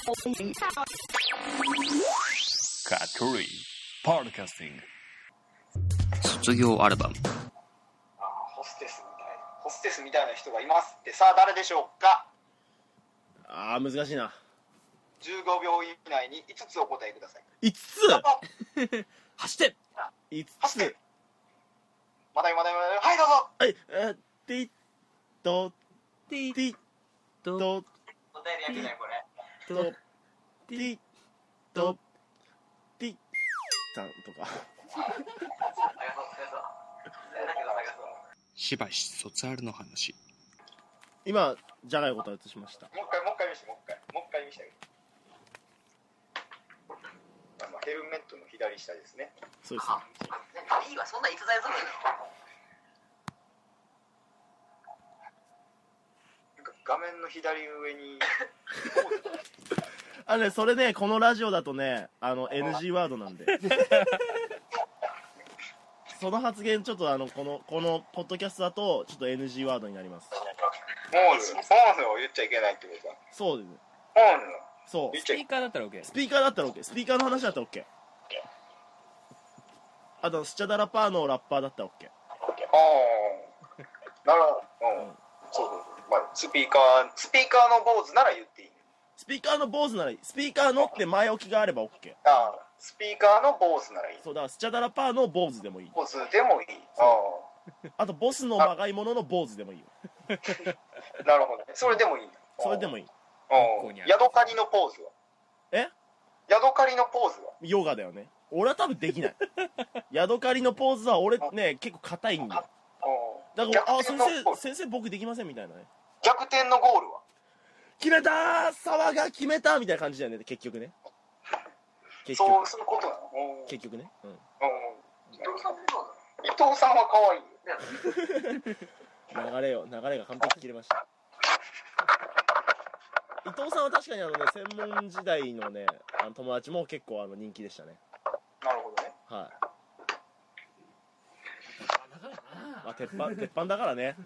カトリーポッドキャスティング卒業アルバム。 ホステスみたいな人がいますって、さあ誰でしょうか。 難しいな。 15秒以内に5つお答えください。 5つ走って5 走ってつまだはいどうぞ。 はい、ティットティットお便りやけないこれ。 トティットティッさんとかしばし卒アルの話。 今じゃがいこと映しました。 もう一回見せてあげる。ヘルメットの左下ですね。 そうですね。 いいわ、そんな逸材ぞろい。 なんか画面の左上にそれね、このラジオだとね、NG ワードなんでその発言ちょっとこのポッドキャストだとちょっと NG ワードになります。 ポーズを言っちゃいけないってことだ。 そうですね。 ポーそう、 スピーカーだったら OK。 スピーカーだったら OK。 スピーカーの話だったら OK。 あとスチャダラパーのラッパーだったら OK。 なるほど。そう、まあ、スピーカーの坊主なら言っていい。 スピーカーの坊主ならいい。スピーカーのって前置きがあれば OK。 スピーカーの坊主ならいい。 そうだからスチャダラパーの坊主でもいい。 坊主でもいい。 あとボスのまがいものの坊主でもいいよなるほどね。それでもいい。 それでもいい。 ヤドカリのポーズは。ヤドカリのポーズはヨガだよね。俺は多分できないヤドカリのポーズは俺ね結構硬いんだよ。だから先生僕できませんみたいなね。 逆転のゴールは決めたー、沢が決めたみたいな感じだよね、結局ね。 そういうことなの。 結局ね。 伊藤さんもどう伊藤さんは可愛い。 流れが完璧に切れました。伊藤さんは確かに専門時代のね友達も結構人気でしたね。 なるほどね。 はい。鉄板だからね。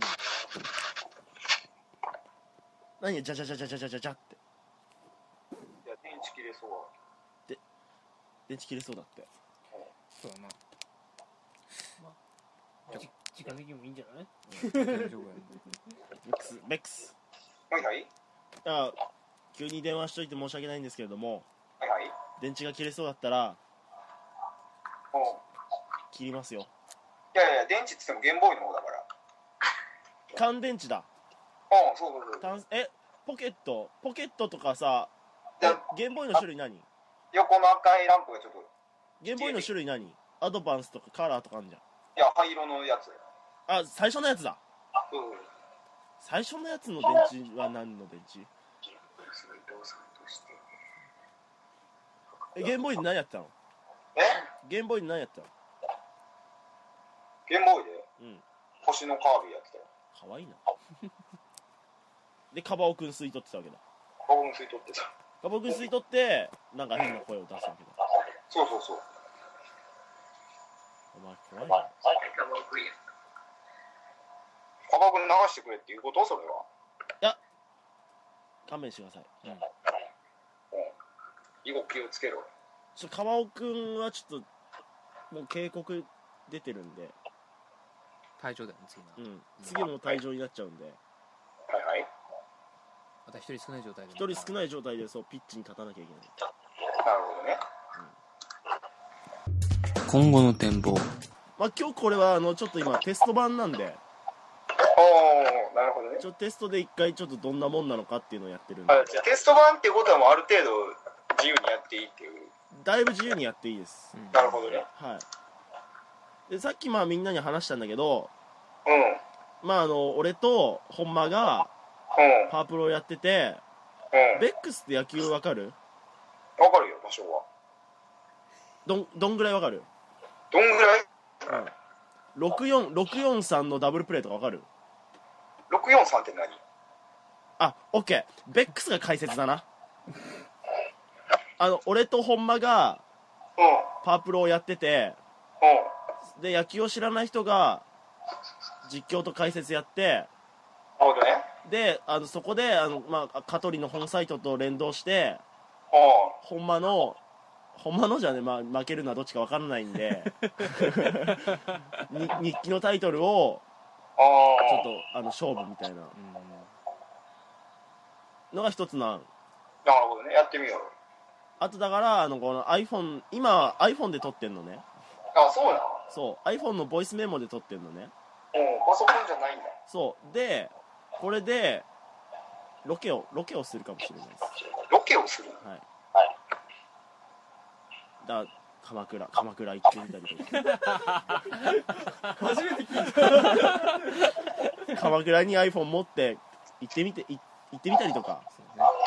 何じゃって。 いや電池切れそうは。 電池切れそうだって。 そうだな。 時間的にもいいんじゃない？ ベックス。 はい急に電話しといて申し訳ないんですけれども、 はい電池が切れそうだったら切りますよ。 いや電池って言ってもゲームボーイの方だから。 乾電池だ。 そうポケットとかさ、ゲームボーイの種類何？ 横の赤いランプがちょっと。 ゲームボーイの種類何？アドバンスとかカラーとかあるじゃん。 いや灰色のやつ。 最初のやつだ。最初のやつの電池は何の電池？ゲームボーイで何やってたの？ゲームボーイで何やってたの？ ゲームボーイで星のカービィやってたよ。 かわいいなでカバオくん吸い取ってたわけだ。 カバオくん吸い取ってた。 カバオくん吸い取ってなんか変な声を出すわけだ。 そう。 お前怖いな。 カバオくん流してくれっていうこと？それは。 いや勘弁してください。 以後気をつけろ。 カバオくんはちょっともう警告出てるんで。 退場だよね次も退場になっちゃうんで。 また一人少ない状態で。 一人少ない状態でピッチに立たなきゃいけない。 なるほどね。 今後の展望。 今日これはちょっと今テスト版なんで。 なるほどね。 ちょっとテストで一回ちょっとどんなもんなのかっていうのをやってるんで。 テスト版っていうことはもうある程度自由にやっていいっていう。 だいぶ自由にやっていいです。 なるほどね。 はい。でさっきみんなに話したんだけど、俺と本間がパワープロをやってて、ベックスって野球わかる？ わかるよ、多少は。 どんぐらいわかる？ どんぐらい ？643のダブルプレーとかわかる？ 643 って何？ オッケー。ベックスが解説だな。俺と本間がパワープロをやってて、で野球を知らない人が実況と解説やって、 なるほどね。 でそこで香取の本サイトと連動してほんまのじゃね、負けるのはどっちか分からないんで日記のタイトルをちょっと勝負みたいなのが一つな。 なるほどね、やってみよう。 あとだからこの iPhone 今 iPhone で撮ってんのね。 あ、そうな。 そう iPhone のボイスメモで撮ってんのね。 パソコンじゃないんだ。 そうでこれでロケをするかもしれないです。 ロケをする。 はい。鎌倉行ってみたりとか初めて聞いた。 鎌倉に iPhone 持って行ってみたりとか、 なる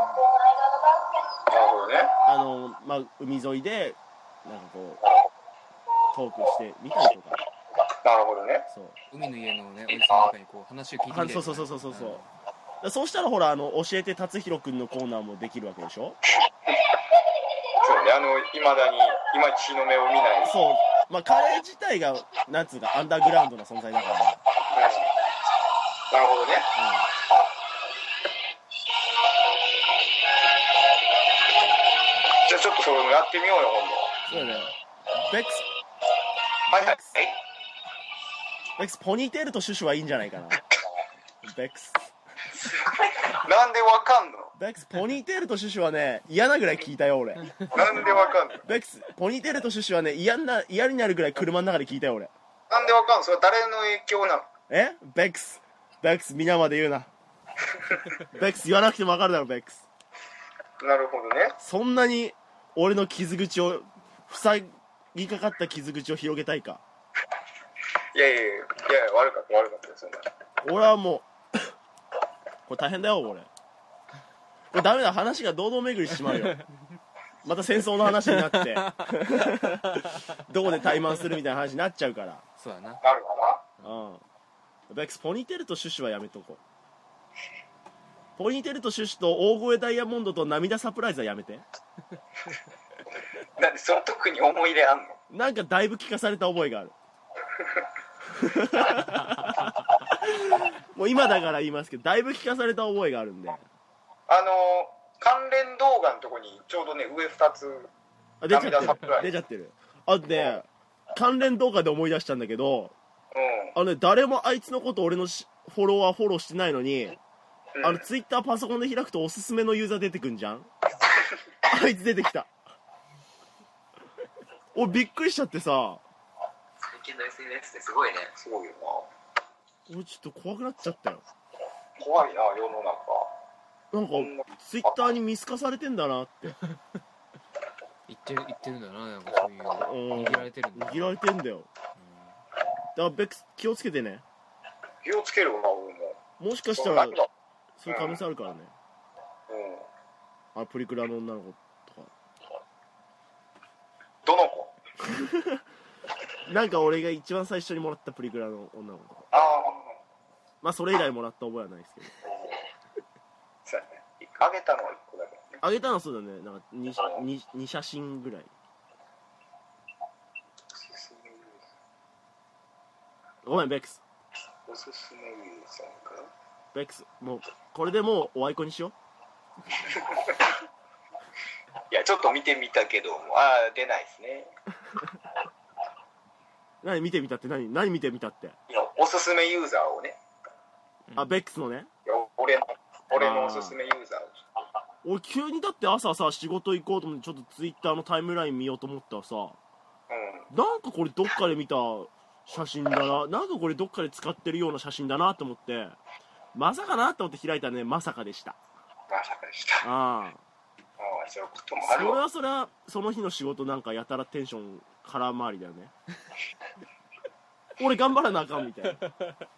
ほどね。 海沿いでなんかこうトークしてみたりとか。 なるほどね。 そう、海の家のねおじさんとかにこう話を聞いてみたりとか。 そうしたらほら教えて達弘くんのコーナーもできるわけでしょ。 そうね、いまだにいまいち日の目を見ない。 そう、彼自体がなんつうかアンダーグラウンドな存在だから、 なるほどね。じゃあちょっとそれもやってみようよ今度。 そうだね。ベックスベックスポニーテールとシュシュはいいんじゃないかな。ベックスなんでわかんの？ ベックスポニーテールとシュシュはね嫌なぐらい聞いたよ俺。 なんでわかんの？ ベックスポニーテールとシュシュはね嫌になるぐらい車の中で聞いたよ俺。 なんでわかんの？それ誰の影響なの？ ベックス皆まで言うな。ベックス言わなくてもわかるだろベックス。 なるほどね。そんなに俺の傷口を塞ぎかかった傷口を広げたいか。 いや悪かったよそんな。 俺はもうこれ大変だよ俺。これダメだ、話が堂々巡りしちまうよ。また戦争の話になってどこで怠慢するみたいな話になっちゃうから。 そうだな。 なるかな。ベックスポニーテールとシュシュはやめとこう。ポニーテールとシュシュと大声ダイヤモンドと涙サプライズはやめて。 なんでその特に思い入れあんの？ なんかだいぶ聞かされた覚えがある。もう今だから言いますけどだいぶ聞かされた覚えがあるんで。 関連動画のとこにちょうどね上2つ出ちゃってる。ね、関連動画で思い出したんだけど、誰もあいつのこと俺のフォローしてないのに、ツイッターパソコンで開くとおすすめのユーザー出てくんじゃん。あいつ出てきた。俺びっくりしちゃってさ。 最近の SNS ってすごいね。 すごいよな。俺ちょっと怖くなっちゃったよ。 怖いな世の中。 なんかツイッターに見透かされてんだなって。 言ってるんだな、なんかそういう握られてるんだ。 握られてんだよ。だからベックス気をつけてね。 気をつけるわ俺も。 もしかしたらそういう可能性あるからね。プリクラの女の子とか。 どの子？ なんか俺が一番最初にもらったプリクラの女の子とか。それ以来もらった覚えはないですけど。 そうやね。あげたのは1個だけ、ね。 あげたのはそうだね。なんか 2写真ぐらい。ごめんベックス。 おすすめユーザーか。 ベックスもうこれでもうおあいこにしよう。 いやちょっと見てみたけど出ないですね。 何見てみたって何見てみたって。 いやおすすめユーザーをね。 ベックスのね。 いや俺のおすすめユーザーを。 俺急にだって朝さ仕事行こうと思ってちょっとツイッターのタイムライン見ようと思ったらさ、なんかこれどっかで見た写真だな、なんかこれどっかで使ってるような写真だなと思って、まさかなと思って開いたらね、まさかでした。 まさかでした。そういうこともあるわ。 それはその日の仕事なんかやたらテンション空回りだよね。俺頑張らなあかんみたいな。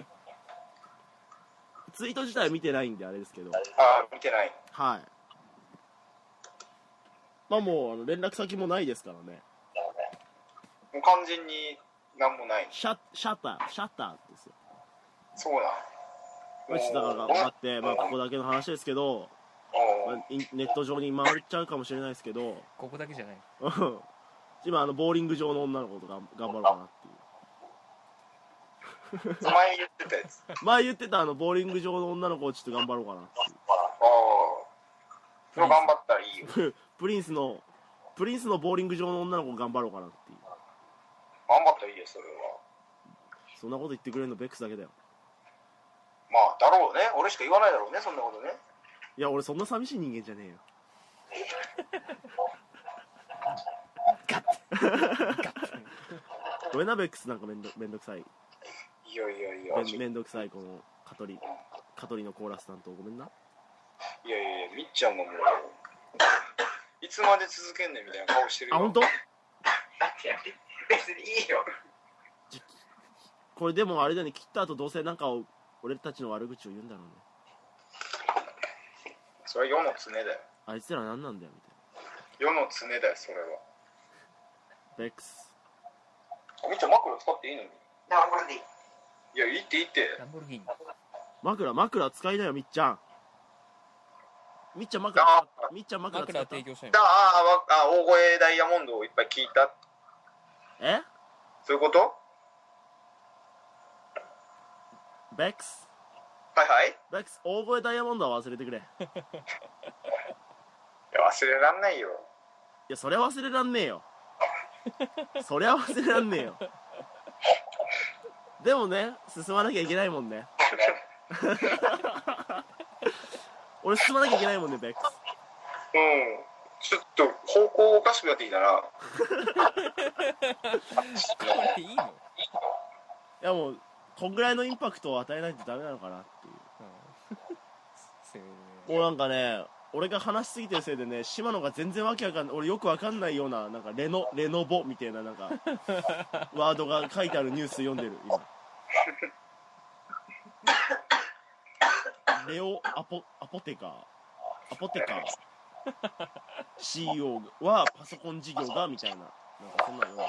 ツイート自体は見てないんであれですけど。 見てない。 はい。もう連絡先もないですからね。 もう完全に何もない。 シャッターですよ。 そうなん。 だから頑張って、ここだけの話ですけど、ネット上に回っちゃうかもしれないですけど、 ここだけじゃない。 今ボーリング場の女の子と頑張ろうかなっていう。 前言ってたやつ。 前言ってたボーリング場の女の子をちょっと頑張ろうかなっていう。 ああ。それ頑張ったらいいよ。 プリンスのボーリング場の女の子を頑張ろうかなっていう。 頑張ったらいいよ、それは。 そんなこと言ってくれるのベックスだけだよ。 まあ、だろうね。俺しか言わないだろうね、そんなことね。 いや、俺そんな寂しい人間じゃねえよ。ごめんなベックス、なんかめんどくさい。 いやいやいや。 めんどくさいこのカトリのコーラス担当ごめんな。 いやいやいや、みっちゃんがもういつまで続けんねんみたいな顔してるよ。 あ、本当？ 別にいいよ。 これでもあれだね、切った後どうせなんか俺たちの悪口を言うんだろうね。 それは世の常だよ。 あいつら何なんだよみたい世の常だよ、それは。 な。ベックス。 みっちゃん枕使っていいのに。 なこれでいい。 いや、いいっていいって。 ランボルギーニ。 枕使いなよみっちゃん。みっちゃん枕使枕った。 提供したい大声ダイヤモンドをいっぱい聞いた。 え？ そういうこと？ ベックス。 はいはい。 ベックス、大声ダイヤモンドは忘れてくれ。いいや、忘れらんないよ。 や、そりゃ忘れらんねえよ。そりゃ忘れらんねえよ。でもね、進まなきゃいけないもんね。俺進まなきゃいけないもんね、ベックス。 うん。ちょっと方向おかしくなってきたな。 これいいの？ いやもう、こんぐらいのインパクトを与えないとダメなのかなっていう。もうなんかね、俺が話しすぎてるせいでね、島野が全然わけわかんない、俺よくわかんないような、なんかレノボみたいななんか、ワードが書いてあるニュース読んでる、今。レオアポテカー CEO はパソコン事業がみたいな、なんかそんなの。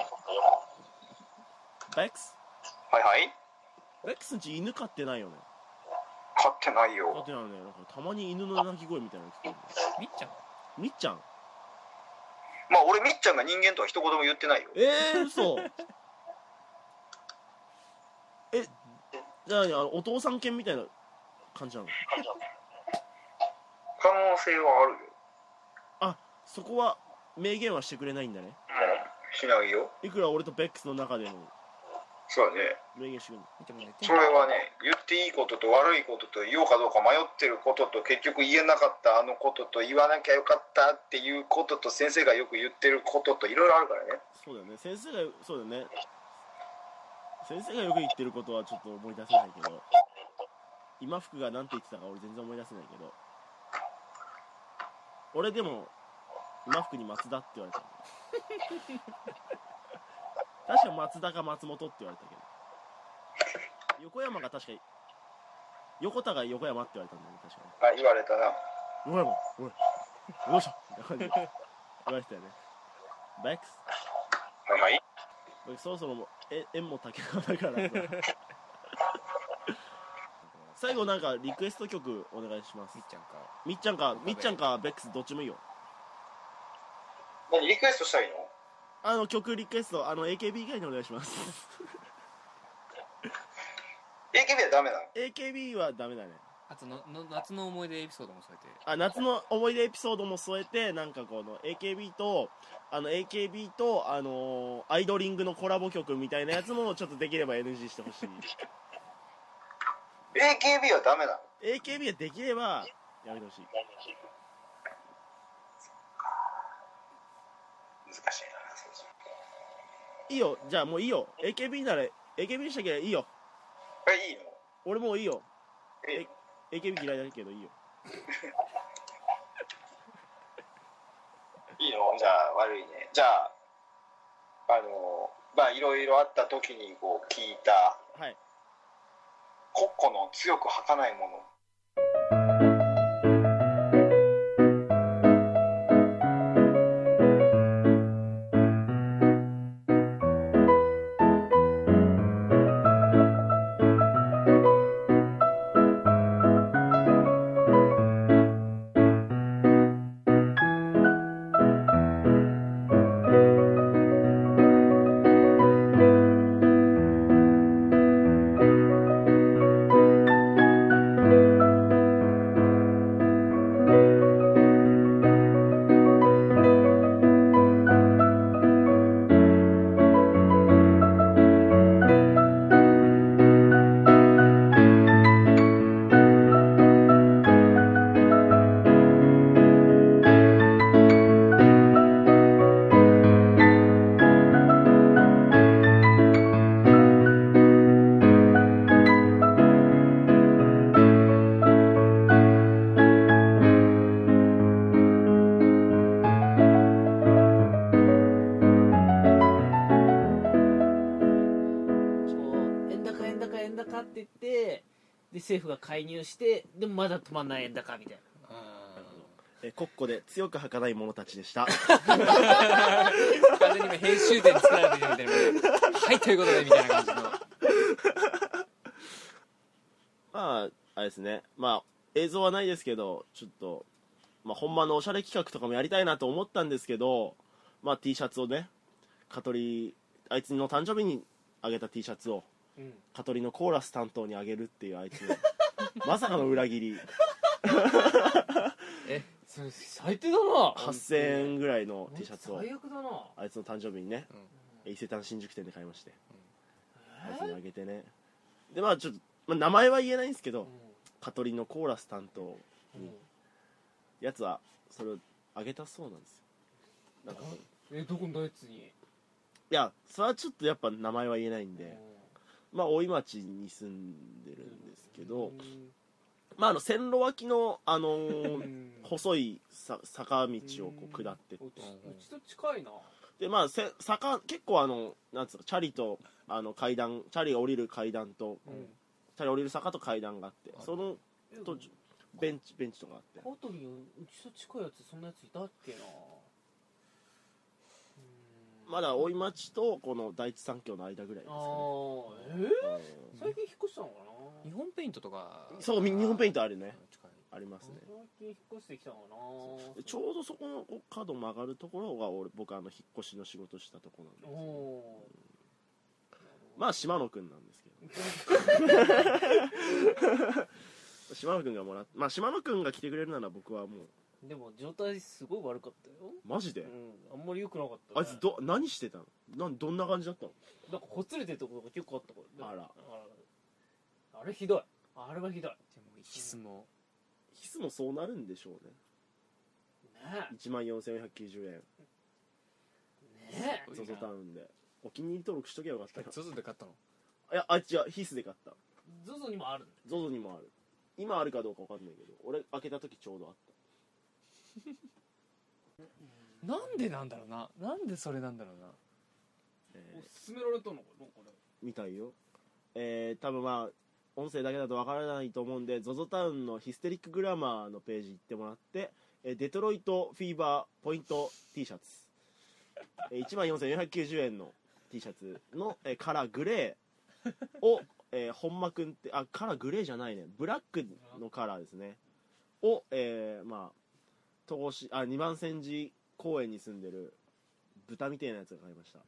ベックス？ はいはい。 ベックスんち犬飼ってないよね。 飼ってない飼よっ。てないよね。なんかたまに犬の鳴き声みたいなの聞こえる。 みっちゃん。 みっちゃん？ まあ、俺みっちゃんが人間とは一言も言ってないよ。 嘘。じゃあお父さん犬みたいな感じなの？ 可能性はあるよ。 あ、そこは明言はしてくれないんだね。 しないよ。 いくら俺とベックスの中でもそうだね。 明言してくれない。 みっちゃんも寝てんそれはね、言っていいことと悪いことと言おうかどうか迷ってることと、結局言えなかったあのことと、言わなきゃよかったっていうことと、先生がよく言ってることと、いろいろあるからね。 そうだよね。そうだよね。先生がよく言ってることはちょっと思い出せないけど、今福が何て言ってたか俺全然思い出せないけど、俺でも今福に松田って言われたんだよ。確か松田か松本って言われたけど、横山が確か横田が横山って言われたんだよね、確かに。 あ、言われたな。 横山おいよいしょみたいな感じで言われてたよね。ベックス、 はいはい。 そろそろ縁も竹川だからさ。最後なんかリクエスト曲お願いします。 みっちゃんか。 みっちゃんかベックスどっちもいいよ。 何リクエストしたいの？ 曲リクエストAKB 以外にお願いします。 AKB はダメなの？ AKB はダメだね。 あと夏の思い出エピソードも添えて。 夏の思い出エピソードも添えて、なんかこの AKB とアイドリングのコラボ曲みたいなやつもちょっとできれば NG してほしい。 AKB はダメなの？ AKB はできればやめてほしい。 難しいな。 いいよ、じゃあもういいよ。AKB なら AKB にしたけどいいよ。 いいの？ 俺もういいよ。 え AKB 嫌いだけどいいよ。 いいの？じゃあ悪いね。じゃあまあいろいろあった時にこう聞いたはい。 コッコの強く儚かないもの。 政府が介入してでもまだ止まんない円高みたいな。 コッコで強く儚かない者たちでした。 完全に今編集点作られてるみたいな。はい、ということでみたいな感じの。 まああれですね、まあ映像はないですけど、ちょっとまあほんまのおしゃれ企画とかもやりたいなと思ったんですけど、まあ T シャツをね、香取あいつの誕生日にあげた T シャツを香取のコーラス担当にあげるっていうあいつのまさかの裏切り。 それ最低だな。 8000円ぐらいの T シャツを最悪だな。 あいつの誕生日にね、伊勢丹新宿店で買いまして、あいつにあげてね。でまあちょっと、まあ、名前は言えないんですけど、香取のコーラス担当にやつはそれをあげたそうなんですよ。なんかどこのやつに。 いやそれはちょっとやっぱ名前は言えないんで、まあ大井町に住んでるんですけど、まあ線路脇の細い坂道をこう下ってって、 うちと近いな。 でまあ坂結構なんつうかチャリと階段、チャリが降りる階段と、チャリ降りる坂と階段があって、そのとベンチとかあって。 香取うちと近いやつそんなやついたっけな。 まだ大井町とこの第一三共の間ぐらいですかね。 最近引っ越したのかな。 日本ペイントとか。 そう、日本ペイントあるね。ありますね。 最近引っ越してきたのかな。 ちょうどそこの角曲がるところが僕引っ越しの仕事したところなんですよ。まあ島野くんなんですけど島野くんがまあ島野くんが来てくれるなら僕はもう。 でも状態すごい悪かったよ。 マジで？ あんまり良くなかった、ね。 あいつ何してたの？どんな感じだったの？ なんかほつれてるところが結構あったから。 あら。 あれひどい。あれはひどい。 でもヒスもそうなるんでしょうね。 ね。 14,490円。 ね。 ZOZOタウンでお気に入り登録しとけばよかったか。 ZOZOで買ったの？ いや、あいつはヒスで買った。 ZOZOにもある。 ZOZOにもある。今あるかどうかわかんないけど、俺開けた時ちょうどあった。 なんでなんだろうな。なんでそれなんだろうな。 勧められたのかなこれ。 みたいよ。多分まあ音声だけだとわからないと思うんで、 ZOZO タウンのヒステリックグラマーのページ行ってもらって、デトロイトフィーバーポイント T シャツ、14,490円の T シャツの、カラーグレーを、本間くんってカラーグレーじゃないね、ブラックのカラーですねを、まあ2番煎じ公園に住んでる豚みたいなやつが買いました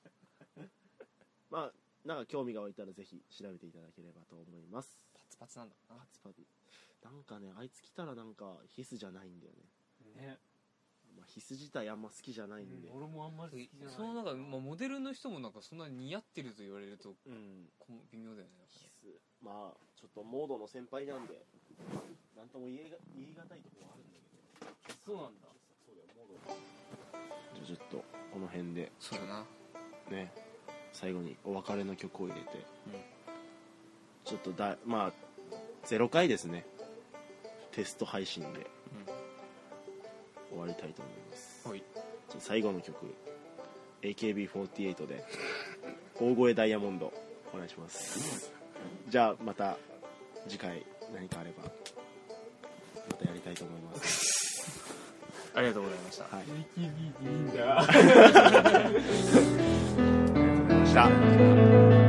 まあなんか興味が湧いたらぜひ調べていただければと思います。 パツパツなんだな。 パツパツなんかね、あいつ来たらなんかヒスじゃないんだよね。 ね。 まあ、ヒス自体あんま好きじゃないんで。 俺もあんまり好きじゃない。 そのなんか、まあ、モデルの人もなんかそんなに似合ってると言われると、微妙だよね。 ヒスまあちょっとモードの先輩なんでなんとも言い難いところはあるんだけど。 そうなんだ。 そうだよ、モード。じゃあちょっとこの辺でそうだなね、最後にお別れの曲を入れて、ちょっとまあ0回ですね、テスト配信で終わりたいと思います。 はい。 じゃあ最後の曲 AKB48 で大声ダイヤモンドお願いしますじゃあまた次回何かあればまたやりたいと思いますありがとうございました。 はい、 AKB でいいんだありがとうございました。